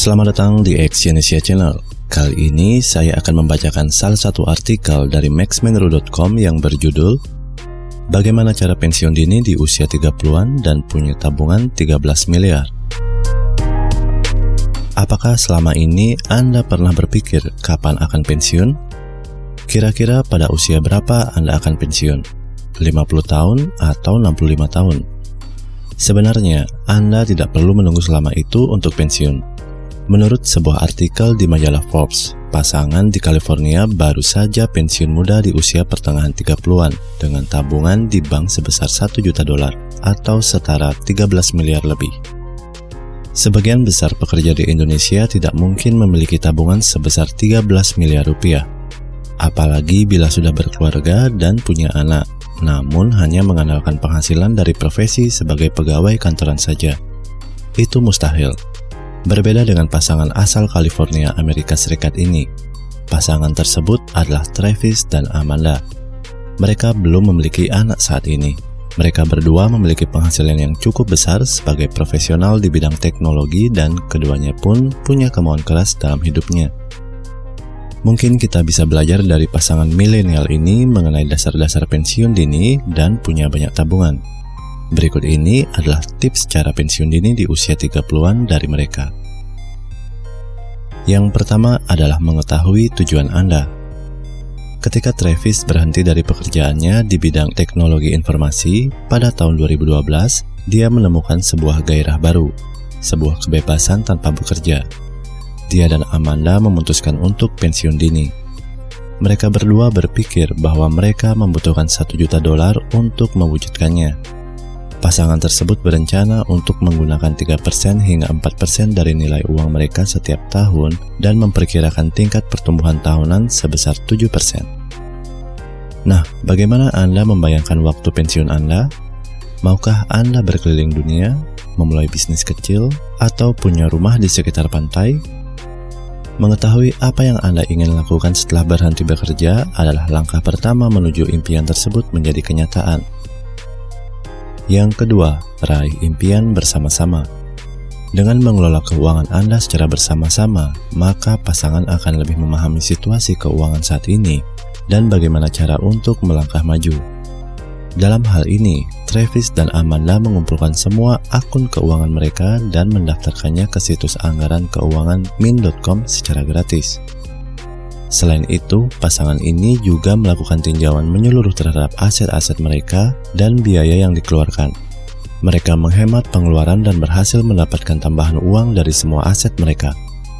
Selamat datang di Exyonesia Channel. Kali ini saya akan membacakan salah satu artikel dari maxmenru.com yang berjudul Bagaimana cara pensiun dini di usia 30-an dan punya tabungan 13 miliar. Apakah selama ini Anda pernah berpikir kapan akan pensiun? Kira-kira pada usia berapa Anda akan pensiun? 50 tahun atau 65 tahun? Sebenarnya, Anda tidak perlu menunggu selama itu untuk pensiun. Menurut sebuah artikel di majalah Forbes, pasangan di California baru saja pensiun muda di usia pertengahan 30-an dengan tabungan di bank sebesar $1 juta atau setara 13 miliar lebih. Sebagian besar pekerja di Indonesia tidak mungkin memiliki tabungan sebesar 13 miliar rupiah, apalagi bila sudah berkeluarga dan punya anak, namun hanya mengandalkan penghasilan dari profesi sebagai pegawai kantoran saja. Itu mustahil. Berbeda dengan pasangan asal California, Amerika Serikat ini. Pasangan tersebut adalah Travis dan Amanda. Mereka belum memiliki anak saat ini. Mereka berdua memiliki penghasilan yang cukup besar sebagai profesional di bidang teknologi dan keduanya pun punya kemauan keras dalam hidupnya. Mungkin kita bisa belajar dari pasangan milenial ini mengenai dasar-dasar pensiun dini dan punya banyak tabungan. Berikut ini adalah tips cara pensiun dini di usia 30-an dari mereka. Yang pertama adalah mengetahui tujuan Anda. Ketika Travis berhenti dari pekerjaannya di bidang teknologi informasi pada tahun 2012, dia menemukan sebuah gairah baru, sebuah kebebasan tanpa bekerja. Dia dan Amanda memutuskan untuk pensiun dini. Mereka berdua berpikir bahwa mereka membutuhkan $1 juta untuk mewujudkannya. Pasangan tersebut berencana untuk menggunakan 3% hingga 4% dari nilai uang mereka setiap tahun dan memperkirakan tingkat pertumbuhan tahunan sebesar 7%. Nah, bagaimana Anda membayangkan waktu pensiun Anda? Maukah Anda berkeliling dunia, memulai bisnis kecil, atau punya rumah di sekitar pantai? Mengetahui apa yang Anda ingin lakukan setelah berhenti bekerja adalah langkah pertama menuju impian tersebut menjadi kenyataan. Yang kedua, raih impian bersama-sama. Dengan mengelola keuangan Anda secara bersama-sama, maka pasangan akan lebih memahami situasi keuangan saat ini dan bagaimana cara untuk melangkah maju. Dalam hal ini, Travis dan Amanda mengumpulkan semua akun keuangan mereka dan mendaftarkannya ke situs anggaran keuangan min.com secara gratis. Selain itu, pasangan ini juga melakukan tinjauan menyeluruh terhadap aset-aset mereka dan biaya yang dikeluarkan. Mereka menghemat pengeluaran dan berhasil mendapatkan tambahan uang dari semua aset mereka.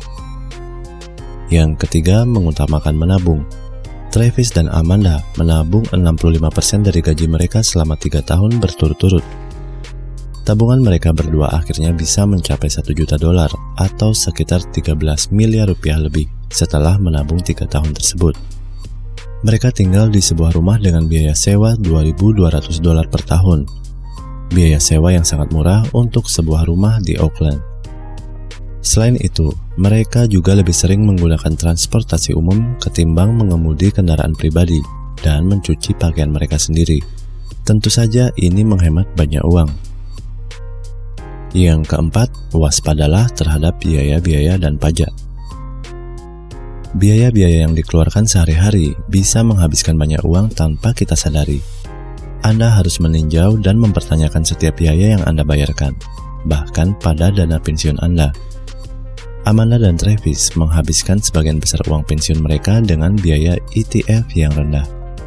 Yang ketiga, mengutamakan menabung. Travis dan Amanda menabung 65% dari gaji mereka selama 3 tahun berturut-turut. Tabungan mereka berdua akhirnya bisa mencapai $1 juta atau sekitar 13 miliar rupiah lebih setelah menabung 3 tahun tersebut. Mereka tinggal di sebuah rumah dengan biaya sewa $2.200 per tahun. Biaya sewa yang sangat murah untuk sebuah rumah di Oakland. Selain itu, mereka juga lebih sering menggunakan transportasi umum ketimbang mengemudi kendaraan pribadi dan mencuci pakaian mereka sendiri. Tentu saja ini menghemat banyak uang. Yang keempat, waspadalah terhadap biaya-biaya dan pajak. Biaya-biaya yang dikeluarkan sehari-hari bisa menghabiskan banyak uang tanpa kita sadari. Anda harus meninjau dan mempertanyakan setiap biaya yang Anda bayarkan, bahkan pada dana pensiun Anda. Amanda dan Travis menghabiskan sebagian besar uang pensiun mereka dengan biaya ETF yang rendah.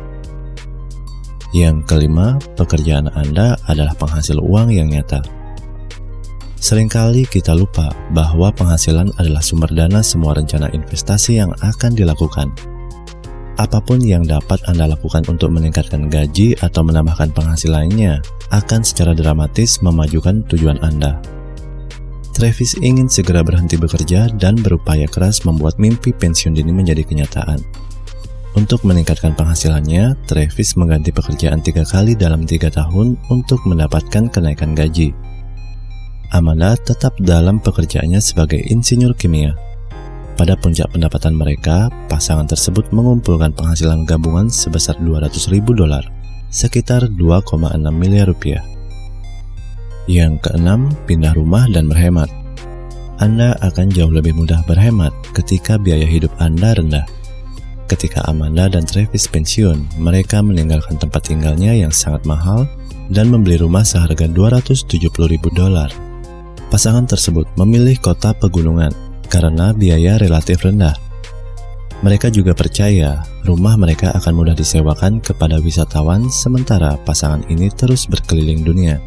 Yang kelima, pekerjaan Anda adalah penghasil uang yang nyata. Seringkali kita lupa bahwa penghasilan adalah sumber dana semua rencana investasi yang akan dilakukan. Apapun yang dapat Anda lakukan untuk meningkatkan gaji atau menambahkan penghasilannya akan secara dramatis memajukan tujuan Anda. Travis ingin segera berhenti bekerja dan berupaya keras membuat mimpi pensiun dini menjadi kenyataan. Untuk meningkatkan penghasilannya, Travis mengganti pekerjaan 3 kali dalam 3 tahun untuk mendapatkan kenaikan gaji. Amanda tetap dalam pekerjaannya sebagai insinyur kimia. Pada puncak pendapatan mereka, pasangan tersebut mengumpulkan penghasilan gabungan sebesar $200.000, sekitar 2,6 miliar rupiah. Yang keenam, pindah rumah dan berhemat. Anda akan jauh lebih mudah berhemat ketika biaya hidup Anda rendah. Ketika Amanda dan Travis pensiun, mereka meninggalkan tempat tinggalnya yang sangat mahal dan membeli rumah seharga $270.000. Pasangan tersebut memilih kota pegunungan karena biaya relatif rendah. Mereka juga percaya rumah mereka akan mudah disewakan kepada wisatawan sementara pasangan ini terus berkeliling dunia.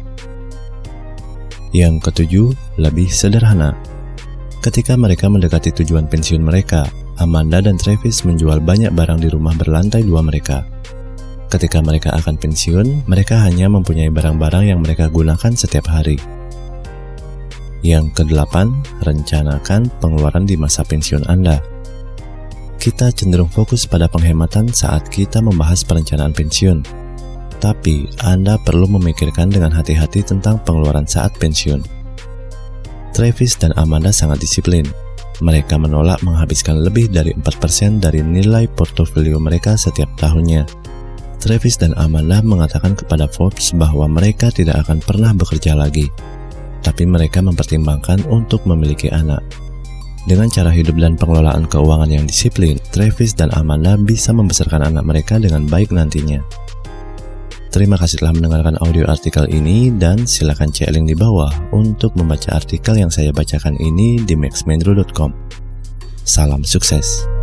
Yang ketujuh, lebih sederhana. Ketika mereka mendekati tujuan pensiun mereka, Amanda dan Travis menjual banyak barang di rumah berlantai 2 mereka. Ketika mereka akan pensiun, mereka hanya mempunyai barang-barang yang mereka gunakan setiap hari. Yang kedelapan, rencanakan pengeluaran di masa pensiun Anda. Kita cenderung fokus pada penghematan saat kita membahas perencanaan pensiun. Tapi, Anda perlu memikirkan dengan hati-hati tentang pengeluaran saat pensiun. Travis dan Amanda sangat disiplin. Mereka menolak menghabiskan lebih dari 4% dari nilai portofolio mereka setiap tahunnya. Travis dan Amanda mengatakan kepada Forbes bahwa mereka tidak akan pernah bekerja lagi, tapi mereka mempertimbangkan untuk memiliki anak. Dengan cara hidup dan pengelolaan keuangan yang disiplin, Travis dan Amanda bisa membesarkan anak mereka dengan baik nantinya. Terima kasih telah mendengarkan audio artikel ini dan silakan cek link di bawah untuk membaca artikel yang saya bacakan ini di maxmendro.com. Salam sukses.